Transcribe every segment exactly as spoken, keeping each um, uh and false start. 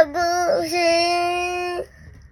故事。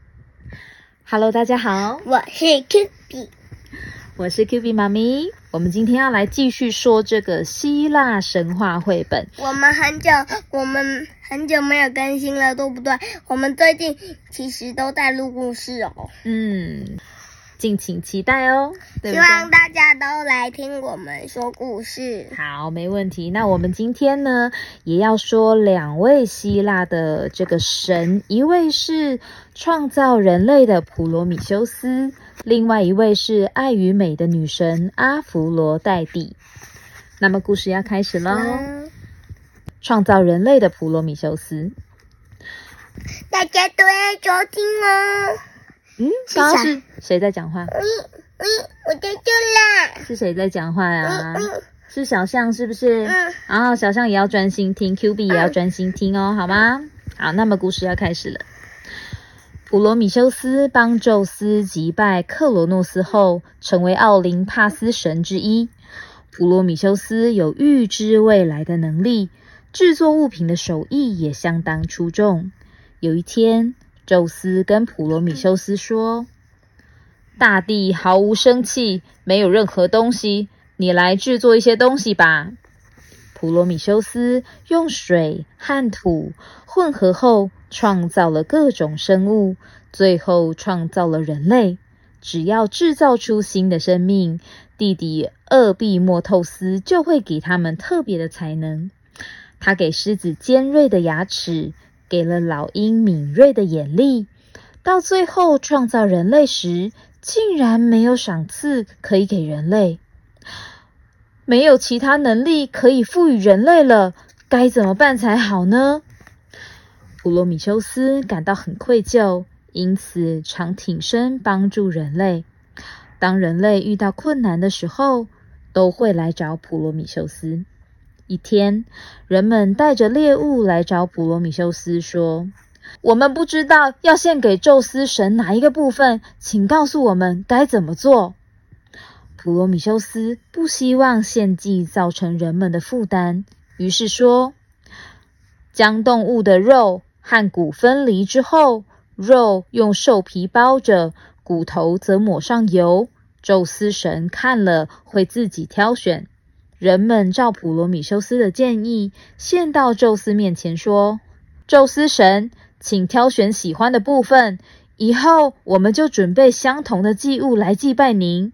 Hello， 大家好， 我是 Q B， 我是 Q B 妈咪。我们今天要来继续说这个希腊神话绘本。 我们很久，我们很久没有更新了，对不对？我们最近其实都在录故事哦。 嗯，敬请期待哦，对不对？ 希望大家都来听我们说故事。 好，没问题。那我们今天呢，也要说两位希腊的这个神，一位是创造人类的普罗米修斯，另外一位是爱与美的女神阿芙罗黛蒂。那么故事要开始咯。 嗯、 创造人类的普罗米修斯， 大家都要收听哦。 嗯，刚刚是谁在讲话？ 嗯嗯，我在这啦。 是谁在讲话呀？ 嗯嗯， 是小象是不是？ 嗯， 然后小象也要专心听 ，Q B 也要专心听哦，好吗？好，那么故事要开始了。普罗米修斯帮宙斯击败克罗诺斯后，成为奥林帕斯神之一。普罗米修斯有预知未来的能力，制作物品的手艺也相当出众。有一天，宙斯跟普罗米修斯说：“大地毫无生气，没有任何东西，你来制作一些东西吧。”普罗米修斯用水和土混合后，创造了各种生物，最后创造了人类。只要制造出新的生命，弟弟厄庇墨透斯就会给他们特别的才能。他给狮子尖锐的牙齿，给了老鹰敏锐的眼力。到最后创造人类时，竟然没有赏赐可以给人类。没有其他能力可以赋予人类了，该怎么办才好呢？普罗米修斯感到很愧疚，因此常挺身帮助人类。当人类遇到困难的时候，都会来找普罗米修斯。一天，人们带着猎物来找普罗米修斯说：“我们不知道要献给宙斯神哪一个部分，请告诉我们该怎么做。”普罗米修斯不希望献祭造成人们的负担，于是说：“将动物的肉和骨分离之后，肉用兽皮包着，骨头则抹上油。宙斯神看了会自己挑选。”人们照普罗米修斯的建议，献到宙斯面前说：“宙斯神，请挑选喜欢的部分，以后我们就准备相同的祭物来祭拜您。”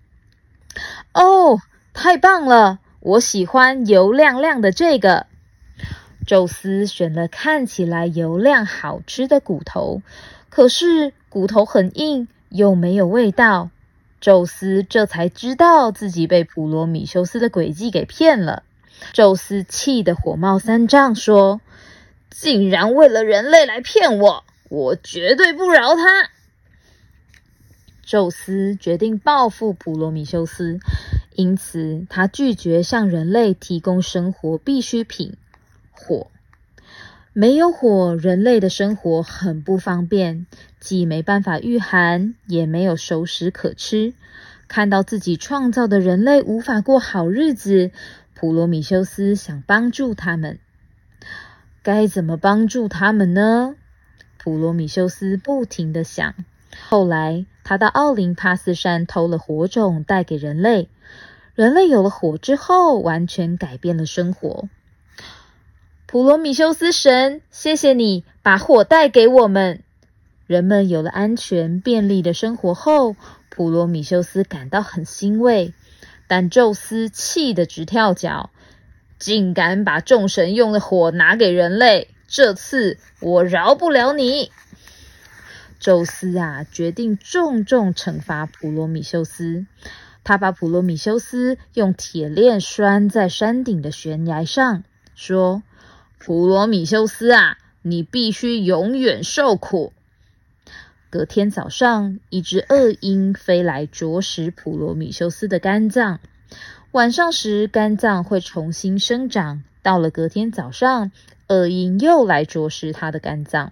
哦，太棒了！我喜欢油亮亮的这个。宙斯选了看起来油亮好吃的骨头，可是骨头很硬，又没有味道。宙斯这才知道自己被普罗米修斯的诡计给骗了。宙斯气得火冒三丈，说：“竟然为了人类来骗我，我绝对不饶他！”宙斯决定报复普罗米修斯，因此他拒绝向人类提供生活必需品——火。没有火，人类的生活很不方便，既没办法御寒，也没有熟食可吃。看到自己创造的人类无法过好日子，普罗米修斯想帮助他们。该怎么帮助他们呢？普罗米修斯不停地想。后来，他到奥林帕斯山偷了火种带给人类。人类有了火之后，完全改变了生活。普罗米修斯神，谢谢你把火带给我们。人们有了安全便利的生活后，普罗米修斯感到很欣慰。但宙斯气得直跳脚，竟敢把众神用的火拿给人类，这次我饶不了你。宙斯啊，决定重重惩罚普罗米修斯。他把普罗米修斯用铁链拴在山顶的悬崖上，说：“普罗米修斯啊，你必须永远受苦。”隔天早上，一只恶鹰飞来啄食普罗米修斯的肝脏。晚上时，肝脏会重新生长。到了隔天早上，恶鹰又来啄食他的肝脏。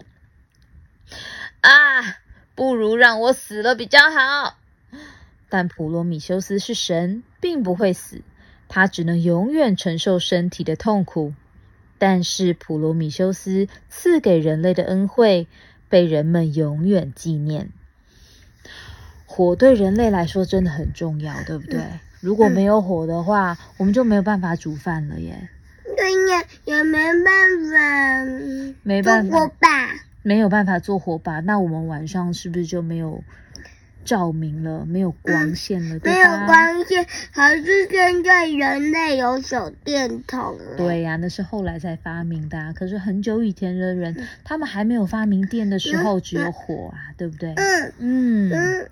啊，不如让我死了比较好。但普罗米修斯是神，并不会死，他只能永远承受身体的痛苦。 但是普罗米修斯赐给人类的恩惠被人们永远纪念。火对人类来说真的很重要，对不对？嗯、如果没有火的话、嗯、我们就没有办法煮饭了耶。 对呀，也没办法没办法做火把， 没有办法做火把，那我们晚上是不是就没有照明了，没有光线了、嗯、对吧？ 没有光线，可是现在人类有手电筒了。 对呀、啊，那是后来才发明的、啊、可是很久以前的人、嗯、他们还没有发明电的时候、嗯、只有火啊、嗯、对不对？嗯嗯嗯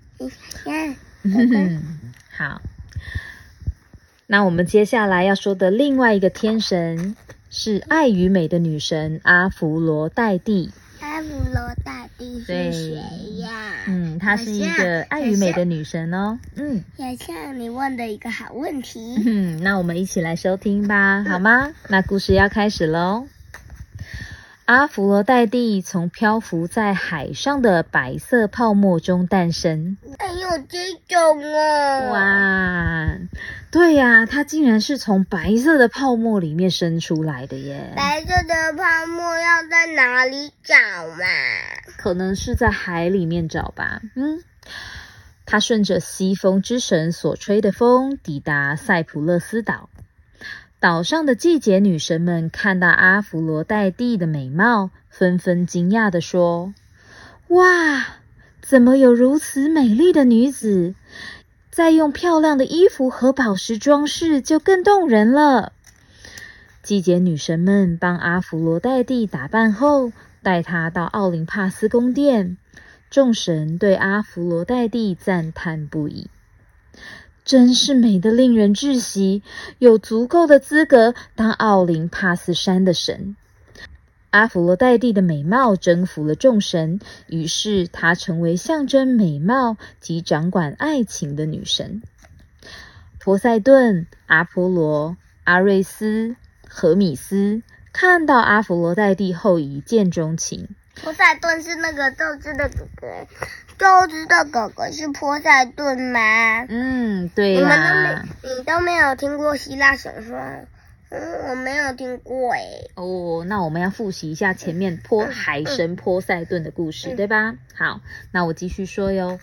嗯好，那我们接下来要说的另外一个天神是爱与美的女神阿芙罗黛蒂。 阿芙罗黛蒂是谁呀？ 嗯，她是一个爱与美的女神哦。嗯， 也像你问的一个好问题。 嗯，那我们一起来收听吧，好吗？嗯、那故事要开始喽。阿芙罗黛蒂从漂浮在海上的白色泡沫中诞生。 还有这种哦！ 哇，对呀、啊，它竟然是从白色的泡沫里面生出来的耶！ 白色的泡沫要在哪里找嘛？ 可能是在海里面找吧。嗯，它顺着西风之神所吹的风，抵达塞浦勒斯岛。岛上的季节女神们看到阿芙罗黛蒂的美貌，纷纷惊讶地说：“哇，怎么有如此美丽的女子？再用漂亮的衣服和宝石装饰，就更动人了。”季节女神们帮阿芙罗黛蒂打扮后，带她到奥林帕斯宫殿。众神对阿芙罗黛蒂赞叹不已。真是美得令人窒息，有足够的资格当奥林帕斯山的神。阿芙罗黛蒂的美貌征服了众神，于是她成为象征美貌及掌管爱情的女神。波塞顿、阿波罗、阿瑞斯、荷米斯看到阿芙罗黛蒂后一见钟情。 波塞顿是那个宙斯的哥哥，宙斯的哥哥是波塞顿吗？ 嗯，对呀、啊。 你都没有听过希腊神话？嗯，我没有听过诶。 哦，那我们要复习一下前面波海神波塞顿的故事，嗯、对吧？好，那我继续说哟。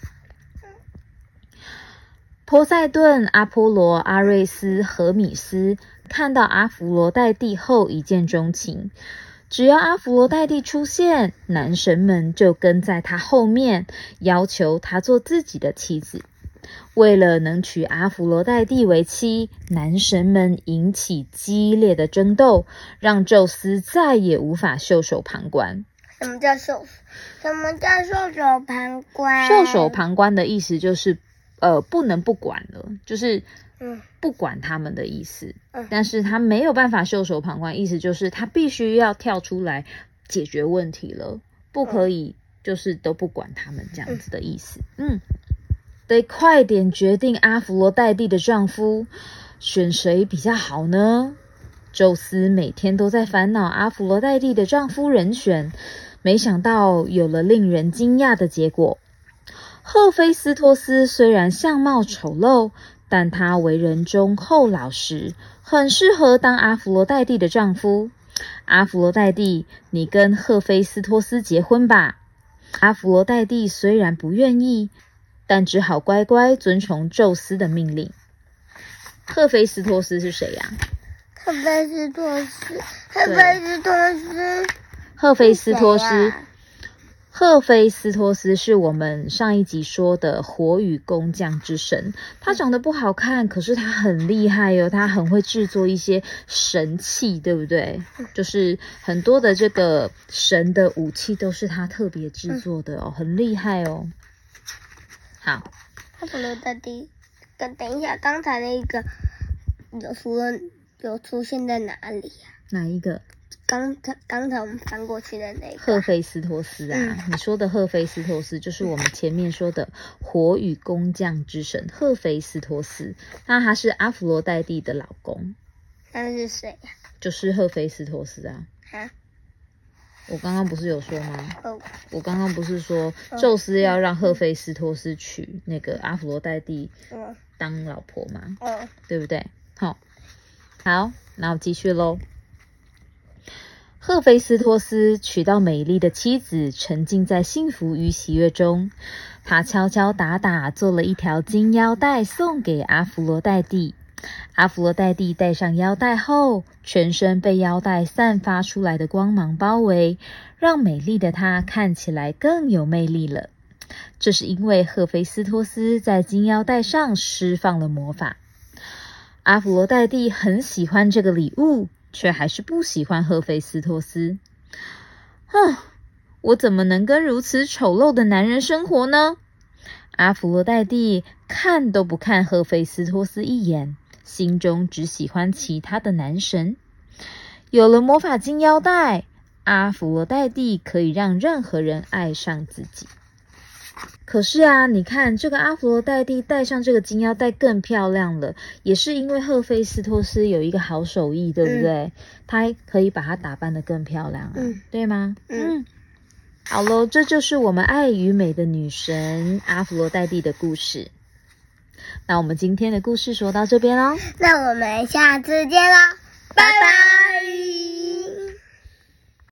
波塞顿、阿波罗、阿瑞斯、荷米斯看到阿芙罗黛蒂后一见钟情。只要阿芙罗黛蒂出现，男神们就跟在她后面，要求她做自己的妻子。为了能娶阿芙罗黛蒂为妻，男神们引起激烈的争斗，让宙斯再也无法袖手旁观。 什么叫袖？什么叫袖手旁观？ 袖手旁观的意思就是，呃，不能不管了，就是。嗯，不管他们的意思，嗯，但是他没有办法袖手旁观，意思就是他必须要跳出来解决问题了，不可以就是都不管他们这样子的意思。嗯，得快点决定阿芙罗黛蒂的丈夫，选谁比较好呢？宙斯每天都在烦恼阿芙罗黛蒂的丈夫人选，没想到有了令人惊讶的结果。赫菲斯托斯虽然相貌丑陋，但他为人忠厚老实，很适合当阿芙罗黛蒂的丈夫。阿芙罗黛蒂，你跟赫菲斯托斯结婚吧。阿芙罗黛蒂虽然不愿意，但只好乖乖遵从宙斯的命令。赫菲斯托斯是谁呀、啊？ 赫菲斯托斯，赫菲斯托斯， 赫菲斯托斯。赫菲斯托斯是我们上一集说的火与工匠之神，他长得不好看，可是他很厉害哦，他很会制作一些神器，对不对？就是很多的这个神的武器都是他特别制作的哦，很厉害哦。好， 阿芙罗黛蒂，等等一下，刚才那个有出有出现在哪里呀、啊？ 哪一个？ 刚才刚才我们翻过去的那个赫菲斯托斯啊、嗯，你说的赫菲斯托斯就是我们前面说的火与工匠之神赫菲斯托斯，那他是阿芙罗黛蒂的老公。 那是谁呀、啊？ 就是赫菲斯托斯啊。啊？我刚刚不是有说吗？哦，我刚刚不是说宙斯要让赫菲斯托斯娶那个阿芙罗黛蒂当老婆吗？嗯，对不对？好，好，那我继续喽。 赫菲斯托斯娶到美丽的妻子，沉浸在幸福与喜悦中。他敲敲打打做了一条金腰带送给阿弗罗代蒂。阿弗罗代蒂戴上腰带后，全身被腰带散发出来的光芒包围，让美丽的她看起来更有魅力了。这是因为赫菲斯托斯在金腰带上施放了魔法。阿弗罗代蒂很喜欢这个礼物，却还是不喜欢赫菲斯托斯。哼，我怎么能跟如此丑陋的男人生活呢？阿弗罗代蒂看都不看赫菲斯托斯一眼，心中只喜欢其他的男神。有了魔法金腰带，阿弗罗代蒂可以让任何人爱上自己。可是啊，你看这个阿弗罗代蒂戴上这个金腰带更漂亮了，也是因为赫菲斯托斯有一个好手艺，对不对？嗯、他可以把她打扮得更漂亮啊，嗯、对吗？嗯。好咯，这就是我们爱与美的女神阿弗罗代蒂的故事。那我们今天的故事说到这边咯， 那我们下次见咯，拜拜。